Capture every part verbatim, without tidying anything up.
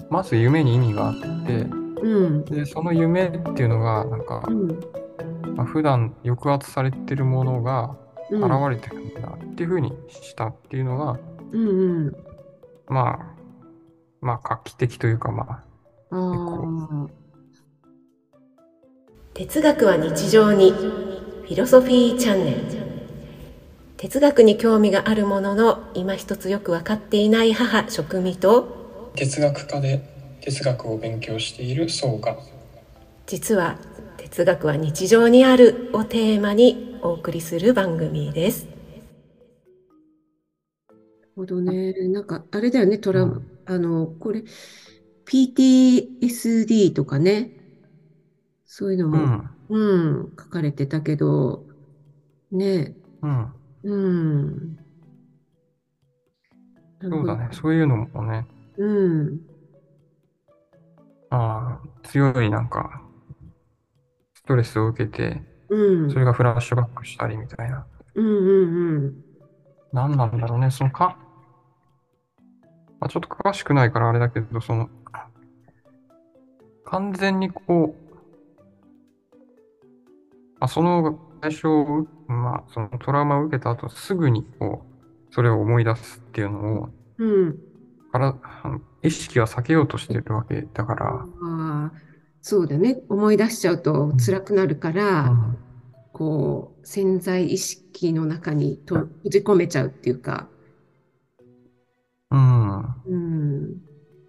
まず夢に意味があって、 うん、 で、その夢っていうのが、なんか、 うん、 まあ、普段抑圧されてるものが現うん、 れてるんだっていうふうにしたっていうのが、 うん、うん。 まあ、まあ、画期的というか、まあ、 あ結構、 あ。哲学は日常に。フィロソフィーチャンネル。哲学に興味があるものの今一つよく分かっていない母食味と、 哲学科で哲学を勉強している層が、 実は哲学は日常にあるをテーマにお送りする番組です。なるほどね。なんか、あれだよね、トラウマ。 うん、 あの、これ、ピーティーエスディー とかね、そういうのも、 うん、 うん、書かれてたけど、ね、 うん、 うん、なるほど。 そうだね。そういうのもね、 うん、 ああ、強いなんか、ストレスを受けて、 うん、 それがフラッシュバックしたりみたいな。 うん、うん、うん、 何なんだろうね。そのか、まあ、ちょっと詳しくないからあれだけど、その、完全にこう、まあ、その対象を、まあ、そのトラウマを受けた後、すぐにこう、それを思い出すっていうのを、 うん。 から、あの意識は避けようとしてるわけだから、 ああ、そうだね。思い出しちゃうとうん、 辛くなるから、 うん、 こう、潜在意識の中にと閉じ込めちゃうっていうか、 うん。 うん、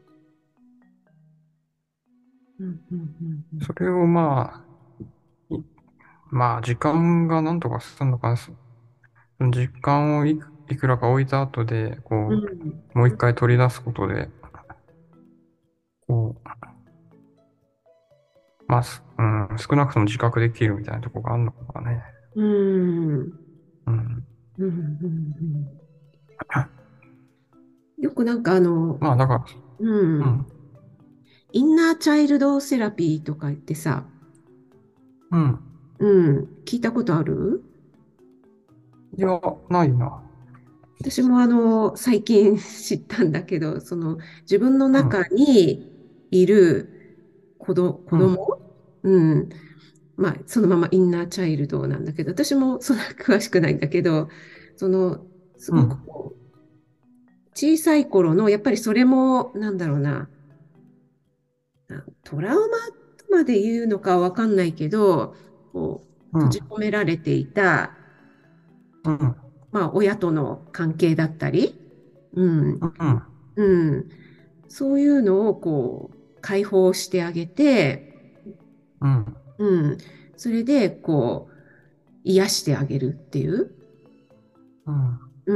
うん、うん、うん、 それをまあ、いまあ、時間が何とか進むのかな。そその時間をいく、いくらか置いた後で、 うこん、 う、もう一回取り出すことで、こう、まあ、すうん、少なくとも自覚できるみたいなところがあるのかね。 うん、うん、 うん。 うん、うん。よくなんかあの、 まあ、だから、 うん、 うん、 インナーチャイルドセラピーとか言ってさ、 うん。 うん、聞いたことある？ いや、ないな。 私もあの、最近知ったんだけど、その自分のうん、 中にいる子ど、子うん、 供、うん、まあ、そのままインナーチャイルドなんだけど、私もそんな詳しくないんだけど、その、すごくうん、 こう、小さい頃の、やっぱりそれも、なんだろうな、なトラウマとまで言うのかわかんないけど、こう、 うん、 閉じ込められていた、 うん、 まあ、親との関係だったり、うん、 うん、 うん、そういうのをこう、解放してあげて、 うん、 うん、それで、こう、癒してあげるっていう、 うん、 うん、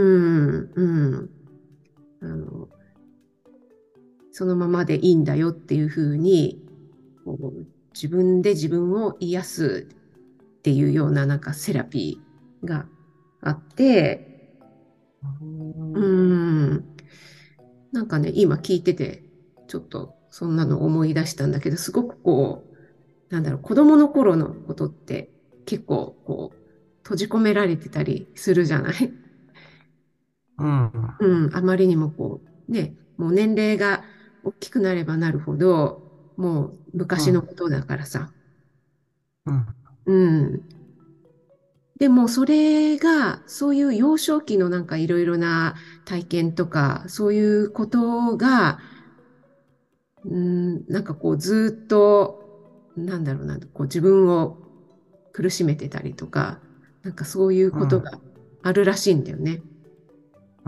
うん、あの、そのままでいいんだよっていうふうに、こう自分で自分を癒すっていうようななんかセラピーがあって、うん、なんかね、今聞いてて、ちょっとそんなの思い出したんだけど、すごくこう、なんだろう、子供の頃のことって結構こう、閉じ込められてたりするじゃない。 うん、 うん、あまりにもこう、ね、もう年齢が大きくなればなるほど、もううん、 昔のことだからさ。 うん、 うん。でもそれが、そういう幼少期のなんかいろいろな体験とか、そういうことが、うん、なんかこうずっと、なんだろうな、こう自分を苦しめてたりとか、なんかそういううん、 ことがあるらしいんだよね。 うん、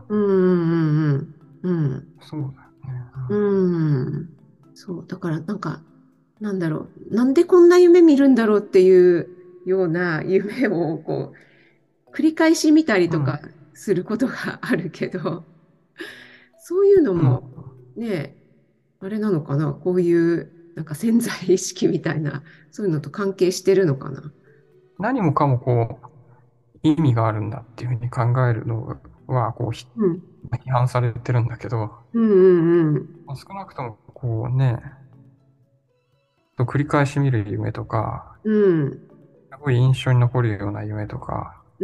うん、うん、うん、うん。 そうだね。 うん。そう、だからなんか、なんだろう、なんでこんな夢見るんだろうっていうような夢をこう、繰り返し見たりうん、 とかすることがあるけど、そういうのうん、 もね、あれなのかな、こういうなんか潜在意識みたいな、そういうのと関係してるのかな。 何もかもこう、意味があるんだっていうふうに考えるのは、こう、ひうん。 批判されてるんだけど、 うんうんうん。 まあ少なくともこうね、繰り返し見る夢とか、 うん。 すごい印象に残るような夢とか、 うん。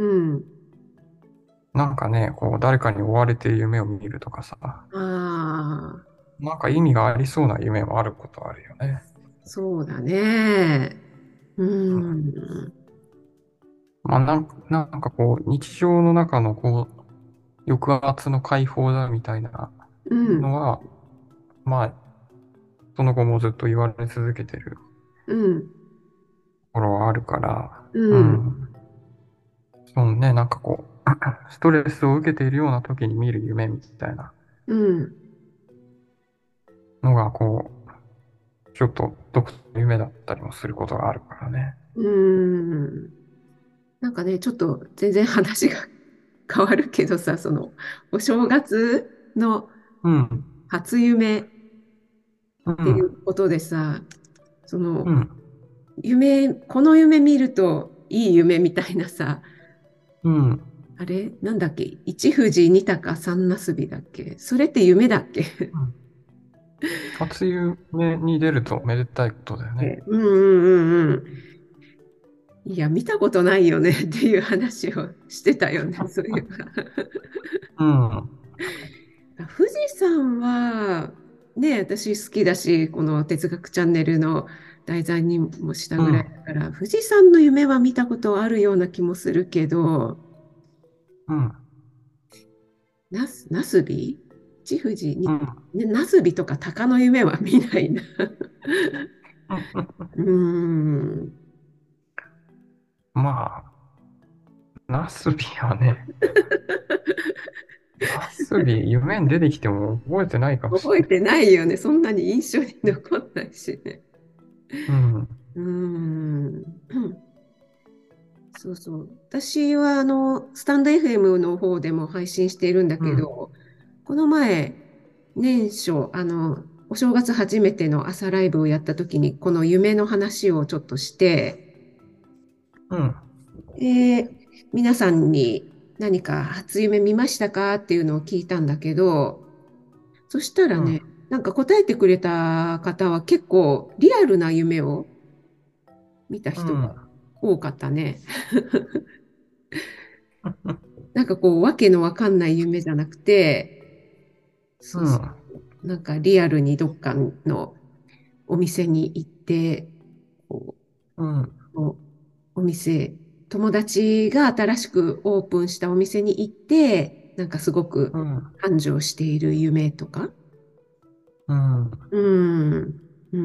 なんかね、こう、誰かに追われてる夢を見るとかさ、 ああ。 なんか意味がありそうな夢もあることあるよね。 そうだね。ううん。 ん。 まあなんか、なんかこう、日常の中のこう、抑圧の解放だみたいなうん。 のは、まあ、その後もずっと言われ続けてるうん。 ところはあるから、 ううん。 ん。そうね、なんかこう、ストレスを受けているような時に見る夢みたいなうん。 のが、こう、ちょっと独特の夢だったりもすることがあるからね。 うん。なんかね、ちょっと全然話が変わるけどさ、その、お正月のうん、 初夢っうん、 ていうことでさ、その、 うん、 夢、この夢見るといい夢みたいなさ、 うん。 あれなんだっけ一富士二鷹三なすびだっけそれって夢だっけ？ うん。初夢に出るとめでたいことだよね。 うんうんうんうん。いや、見たことないよねっていう話をしてたよね、そういえば。 うん、 富士山は、ね、私好きだし、この哲学チャンネルの題材にもしたぐらいうん、 だから、富士山の夢は見たことあるような気もするけど、 うん、 なす、なすび一富士に、 うん。 ね、なすびとか鷹の夢は見ないな。うーん。 まあ、ナスビはね、ナスビ、夢に出てきても覚えてないかもしれない。 覚えてないよね。そんなに印象に残んないしね。 うん、 うーん。そうそう。私は、あの、スタンド エフエム の方でも配信しているんだうん、 けど、この前、年初、あの、お正月初めての朝ライブをやった時に、この夢の話をちょっとして、 うん、 で、皆さんに何か初夢見ましたかっていうのを聞いたんだけど、そしたらうん、 ね、なんか答えてくれた方は結構リアルな夢を見たうん、 人が多かったね。なんかこう、わけのわかんない夢じゃなくて、そうそうん、 う、なんかリアルにどっかのお店に行って、こうん、 うおお店、友達が新しくオープンしたお店に行って、なんかすごくうん、 繁盛している夢とか。 うん。 うん、うん、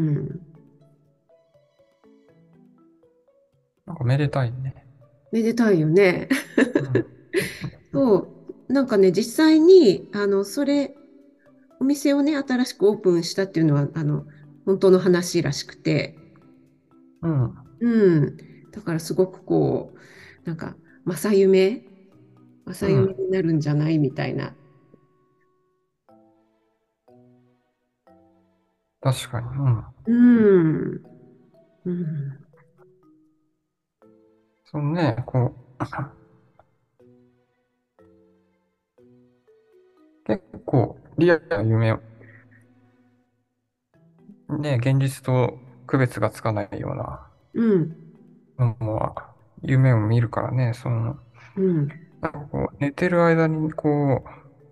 なんかめでたいね。 めでたいよね。 うん、 そう、なんかね、実際に、あの、それ、お店をね、新しくオープンしたっていうのは、あの、本当の話らしくて、 うん、 うん。だからすごくこう、なんか、正夢、正夢うん。 になるんじゃないみたいな。 確かに。うん。 うん。うん。 そのね、こう、結構リアルな夢を、ね、現実と区別がつかないようなうん。 のは、夢を見るからね、その、 うん。 なんかこう、寝てる間にこ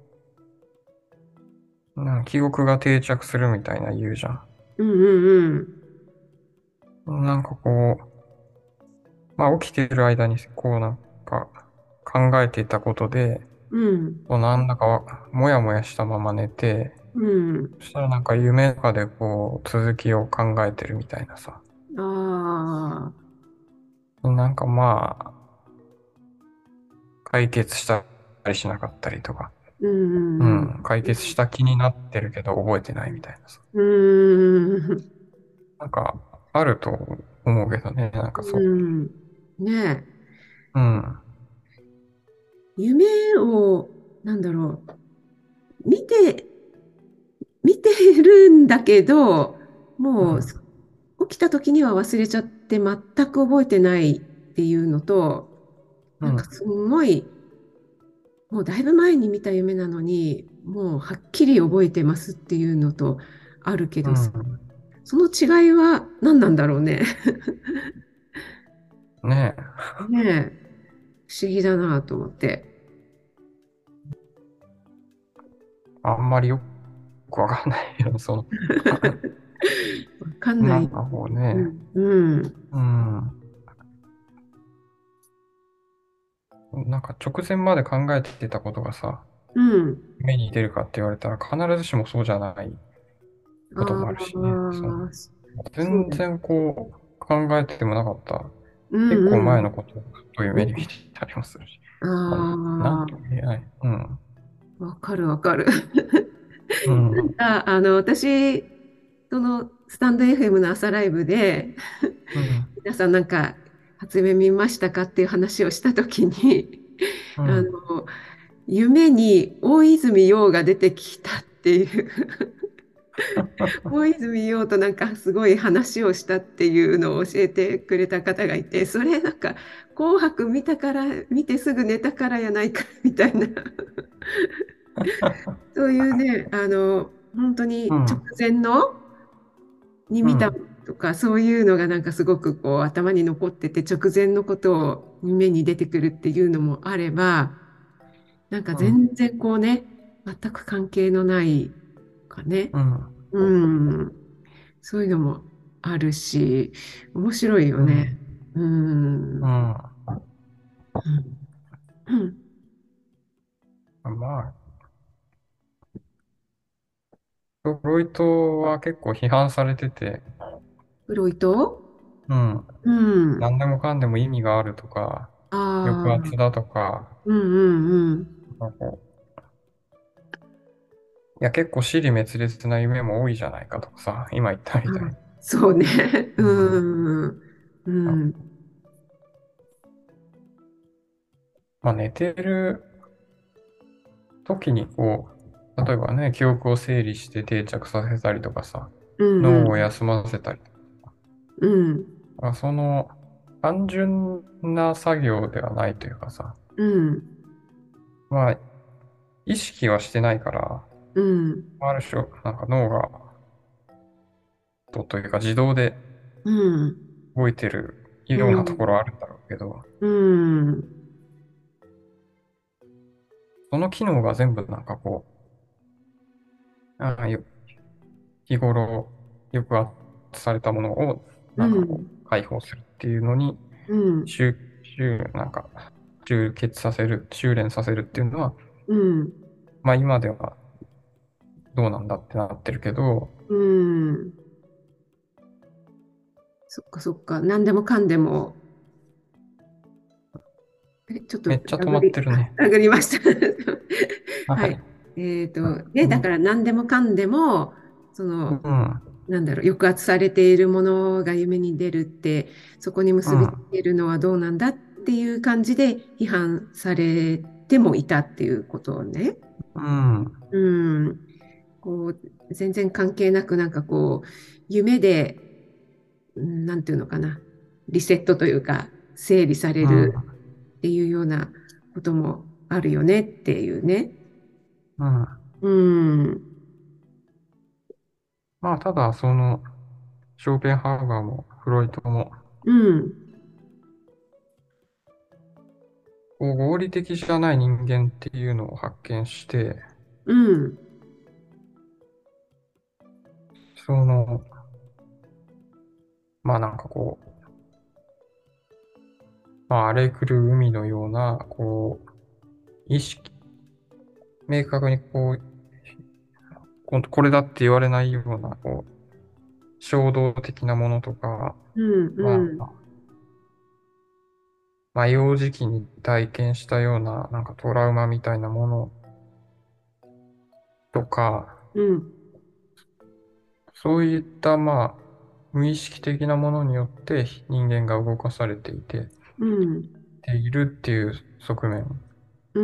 う、なんか記憶が定着するみたいな言うじゃうん。うん。 ん。なんかこう、まあ起きてる間にこうなんか考えていたことで、 うん。 こうなんだかわもやもやしたまま寝て、 うん。 そしたらなんか夢とかでこう続きを考えてるみたいなさ。 ああ。 なんかまあ、解決したりしなかったりとか。 うん。うん。 うん、解決した気になってるけど覚えてないみたいなさ。 うん。 なんか、あると思うけどね、なんかそう。 うん。ねえ。 うん、 夢を、なんだろう。見て、見てるんだけど、もううん、 起きた時には忘れちゃって全く覚えてないっていうのと、 うん、 なんかすごい、もうだいぶ前に見た夢なのに、もうはっきり覚えてますっていうのとあるけど、 うん。 その違いは何なんだろうね。 ねえ。 ねえ、不思議だなと思って。 あんまりよ。 くわかんないよ、そのわかんない。 なんかこうね、 うん、うん、 うん、なんか直前まで考えてたことがさ、 うん。 目に出るかって言われたら必ずしもそうじゃないことあもあるしね。そのあ、そうだね。 全然こう考えてもなかった。 う結構ん、うん。 前のことをふと夢に見てたりもするし。まあ、なんともああ、 言えない。うん。 わかるわかる。 うん。うん。 あ、あの、私、そのスタンド エフエム の朝ライブで、 うん。 皆さんなんか、初夢見ましたかっていう話をしたときに、あの、夢に大泉洋が出てきたっていう大泉洋となんかすごい話をしたっていうのを教えてくれた方がいて、それなんか「紅白」見たから見てすぐ寝たからやないかみたいなそういうね、あの本当に直うん。 前のに見たうん。 とかそういうのがなんかすごくこう頭に残ってて、直前のことを夢に出てくるっていうのもあれば、なんかうん。 全然こうね、全く関係のないかね、 うん。 うん、そういうのもあるし、面白いよね。 うん。 うん。うん。 うん。 うん。 まあ、フロイトは結構批判されてて、 フロイト。 うん。 うん。 何でもかんでも意味があるとか、抑ああ、 圧だとか、 うんうんうん。 なんかこういや結構支離滅裂な夢も多いじゃないかとかさ、今言ったみたいあ、 に。 そうね。 うん。 うん。うん。 まあ寝てる時にこう、例えばね、記憶を整理して定着させたりとかさ、 うんうん。 脳を休ませたり、 うん。 まあ、その単純な作業ではないというかさ、 うん。 まあ意識はしてないから、 うん。 ある種、なんか脳が、とというか自動でうん。 動いてるうようなとこん。 ろあるんだろうけど、 うん。 その機能が全部なんかこう、ああいう日頃抑圧されたものをなんかこうん。 う解放するっていうのにうん。 集、集、なんか集結させる、修練させるっていうのは、 うん。 まあ今ではどうなんだってなってるけど、 うん。そっかそっか。何でもかんでも。え、ちょっとめっちゃ止まっラグり、 てるね。 ラグりました。はい。 はい。 えっと、で、だかうん。 ら何でもかんでも、その、 うん。 なんだろう、抑圧されているものが夢に出るって、そこに結びつうん。 けるのはどうなんだっていう感じで批判されてもいたっていうことをね。 うん。 うん。こう、全然関係なく、なんかこう、夢で、うんなんていうのかな、リセットというか、整理されうん。 るっていうようなこともあるよねっていうね。 うん。 うん。 まあただその、ショーペンハウガーもフロイトも、 うん。 こう合理的じゃない人間っていうのを発見して、 うん。 その、まあなんかこう、まあ荒れ狂う海のような、こう、意識、明確にこう、ここれだって言われないような、こう、衝動的なものとか、 うん。うん。 まあ、まあ幼児期に体験したような、なんかトラウマみたいなものとか、 うん。 そういったまあ、無意識的なものによって人間が動かされていて、 うん。 ているっていう側面うん。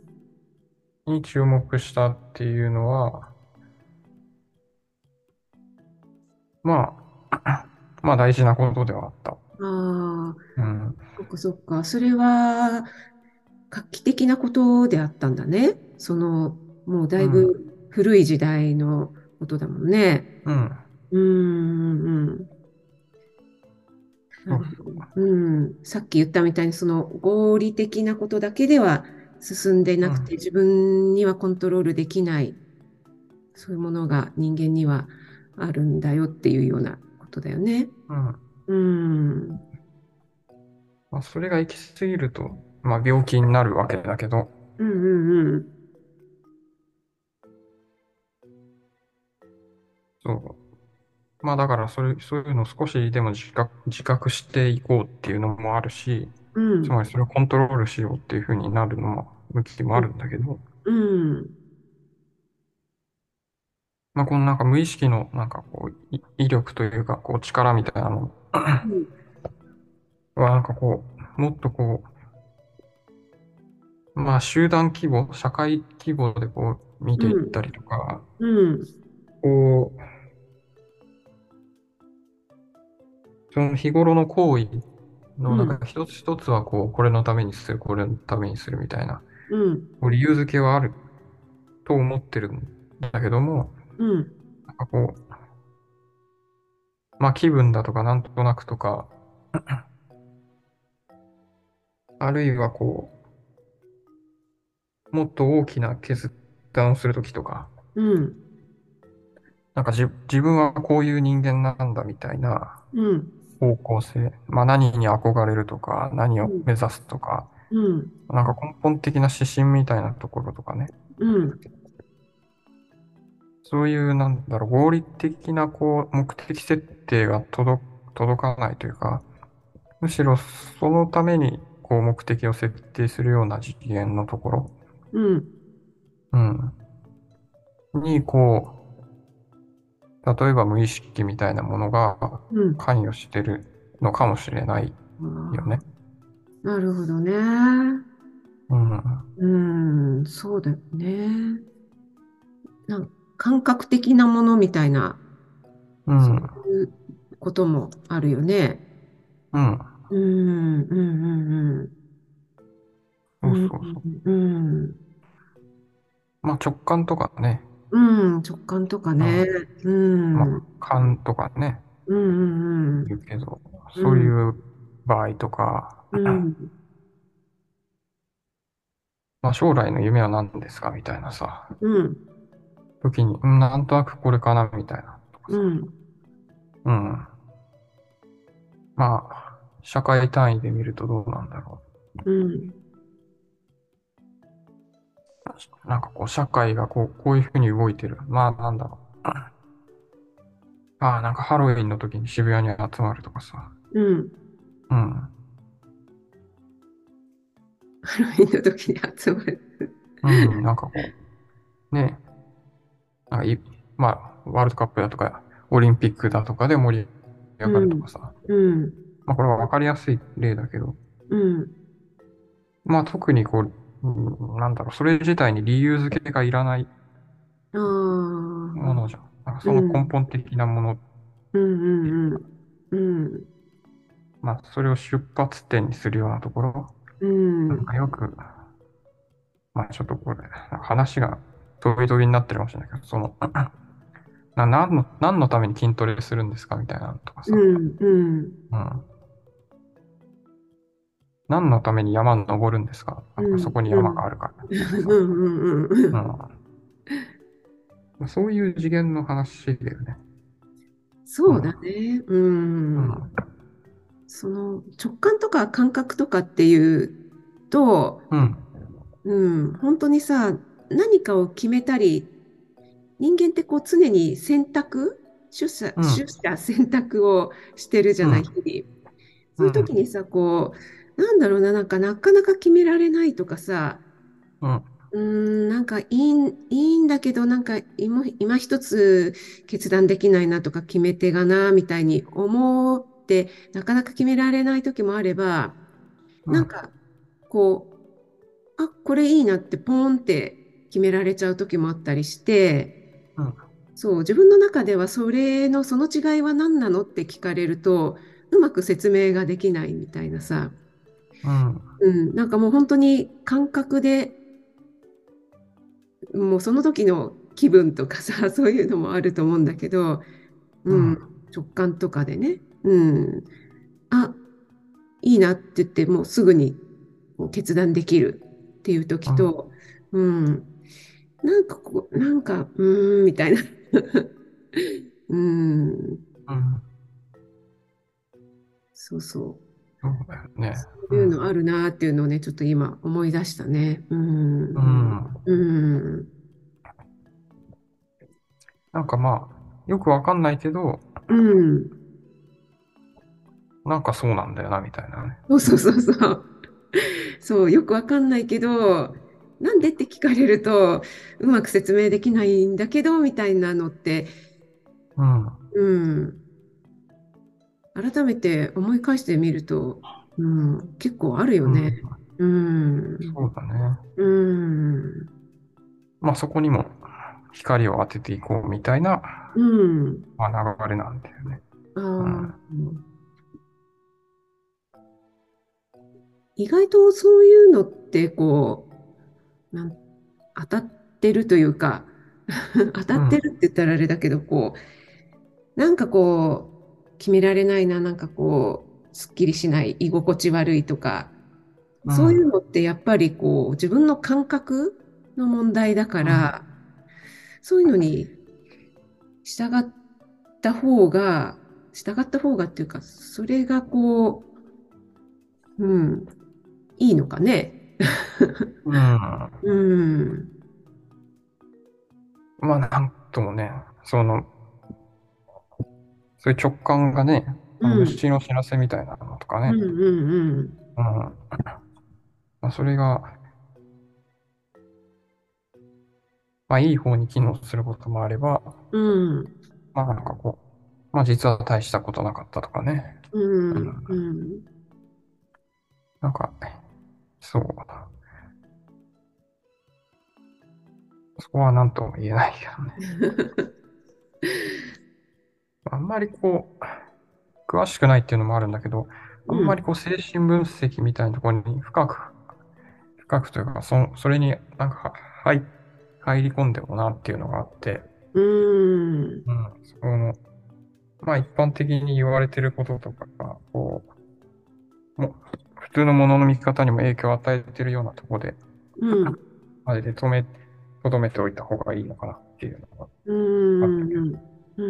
に注目したっていうのは、まあ、まあ大事なことではあった。 ああ、 うん。 そっかそっか。それは画期的なことであったんだね。その、もうだうん。 いぶ古い時代のことだもんね。 うん。 うん、うん。なそうるほど。 そうん。さっき言ったみたいに、その合理的なことだけでは進んでう。うん。 なくて、自分にはコントロールできない、 そういうものが人間にはあるんだよっていうようなことだよね。 うん。 うん。 まあ、それが行き過ぎると、まあ、病気になるわけだけど、 うんうんうん。 そう。まあ、だからそれ、そういうのを少しでも自覚、自覚していこうっていうのもあるし、 うん。 つまりそれをコントロールしようっていうふうになるのも、向きもあるんだけど、 うん。 まあ、このなんか無意識のなんかこう、い威力というか、こう力みたいなのうん。 はなんかこう、もっとこう、まあ集団規模、社会規模でこう見ていったりとか、 うん。 こう、その日頃の行為のなんうん。 か一つ一つはこう、これのためにする、これのためにするみたいな、 うん。 こう理由付けはあると思ってるんだけども、 うん。 なんかこう、まあ気分だとかなんとなくとか、あるいはこう、もっと大きな決断をするときとか、 うん。 なんかじ自分はこういう人間なんだみたいなうん。 方向性、まあ何に憧れるとか、何を目指すとか、 うん。 なんか根本的な指針みたいなところとかね、 うん。 そういうなんだろう、合理的なこう目的設定が届、届かないというか、むしろそのためにこう目的を設定するような次元のところ、 うん。 うん、にこう、例えば無意識みたいなものがうん。 関与してるのかもしれないあよね。 あ、なるほどね。 うん、 うん。そうだよね。なん感覚的なものみたいな、 うん、 そううん、 いうこともあるよね。 うん、 うん。うん。うん。うそうん。 そうそう。 うん。うん。 まあ直感とかね、 うん、直感とかうん、 ね。うん。うん。 まあ勘とかね、 うん。 言うけど、 うん。 そういう場合とか、 うん。 まあ将来の夢は何ですかみたいなさ、 うん。 時に、うんなんとなくこれかなみたいなとかさ、 うん。 うん。まあ、社会単位で見るとどうなんだろうん。 う。なんかこう、社会がこう、こういうふうに動いてる。まあ、なんだろう。ああ、なんかハロウィンの時に渋谷に集まるとかさ。 うん。 うん。 ハロウィンの時に集まる。 うん。なんかこう、ね。なんかい、まあ、ワールドカップだとか、オリンピックだとかで盛り上がるとうん。 かさ。 うん。 まあ、これはわかりやすい例だけど、 うん。 まあ、特にこう、うんなんだろう、それ自体に理由付けがいらないああ。 ものじゃん。なんかその根うん。 本的なものっうん。 ていうか、 うん。うん。 まあ、それを出発点にするようなところ、 うなんん。 かよく、まあ、ちょっとこれ、なんか話が飛び飛びになってるかもしれないけど、その、な、何の、何のために筋トレするんですかみたいなのとかさ、 うん。うん。 うん。何のために山に登るんですかなんかそうん。 こにうん。 山があるからとかさ、 うん。うん。うん。 うん。そういう次元の話だよね。うそうだん。 ね。ううん。 ん。 その直感とか感覚とかっていうと、 うん。 うん、本当にさ、何かを決めたり、人間ってこう常に選択、取捨、 うん。 取捨選択をしてるじゃない、 うん。 日々。そういう時うん。 にさ、こう、なんだろうな、なんかなかなか決められないとかさ、 うん。 うーん、なんかいいん、いいんだけど、なんか今、今一つ決断できないなとか決め手がな、みたいに思って、なかなか決められない時もあれば、 うん。 なんか、こう、あ、これいいなってポーンって決められちゃう時もあったりして、 うん。 そう、自分の中ではそれの、その違いは何なのって聞かれると、うまく説明ができないみたいなさ、 うん。 うん、なんかもう本当に感覚で、もうその時の気分とかさ、そういうのもあると思うんだけど、うん、 うん。 直感とかでね、うん、あ、いいなって言って、もうすぐにこう決断できるっていう時と、うん、 なんかこう、なんか、うーん、みたいな。うーん、 うん。 そうそう。 そうだよね。 そういうのあうん。 るなっていうのをね、ちょっと今思い出したね。ううん、 ん。 うん、 なんかまあ、よくわかんないけど、 うん。 なんかそうなんだよな、みたいなね。 そうそうそうそう。そう、よくわかんないけど、なんでって聞かれると、うまく説明できないんだけど、みたいなのって、 うん。 うん、改めて思い返してみると、うん、結構あるよね。 うん。 うん、 そうだね。 うん、 まあそこにも光を当てていこうみたいな、 うん。 まあ、流れなんだよね。 あうん。 ー、意外とそういうのって、こう、なん、当たってるというか、当たうん。 ってるって言ったらあれだけど、こう、なんかこう、決められないな、なんかこう、すっきりしない、居心地悪いとか、 うん。 そういうのってやっぱりこう、自分の感覚の問題だかうん。 ら、そういうのに従った方が、従った方がっていうか、それがこう、うん、いいのかね。 うん。 うん、 まあなんともね、その、そういう直感がね、あのうん、 虫の知らせみたいなのとかね。 うん、うん、うん、 うん。まあ、それが、まあいい方に機能することもあれば、 うん、 まあなんかこう、まあ実は大したことなかったとかね。 ううん。 ん、うん。 なんか、そうだ。そこは何とも言えないけどね。あんまりこう、詳しくないっていうのもあるんだけど、あんうん、 まりこう精神分析みたいなところに深く、深くというか、そ、それになんか入、入り込んでもなっていうのがあって、 うん、 うん、その、まあ一般的に言われてることとかが、こう、もう普通のものの見方にも影響を与えているようなところで、 うん、 あれで止め、とどめておいた方がいいのかなっていうのがうあったけど、 ん、うん、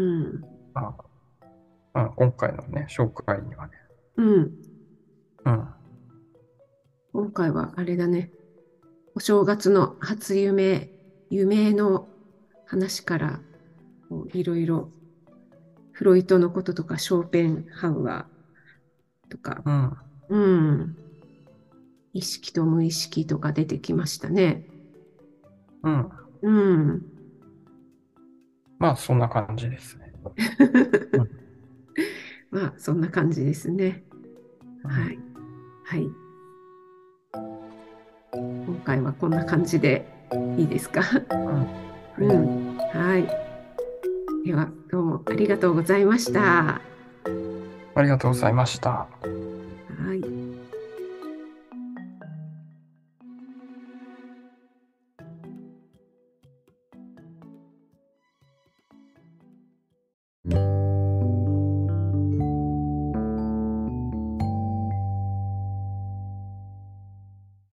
まあ、うん、今回のね、紹介にはね、 うん。 うん、 今回はあれだね。お正月の初夢、夢の話からこういろいろフロイトのこととかショーペンハウアーとか、 うん、 うん、意識と無意識とか出てきましたね。 うん。 うん。 まあそんな感じですね。うん、 まあ、そんな感じですね。 うん、 はい。はい。今回はこんな感じでいいですか？ うん。はい。 うん。はい。では、どうもありがとうございました。 ありがとうございました。 はい。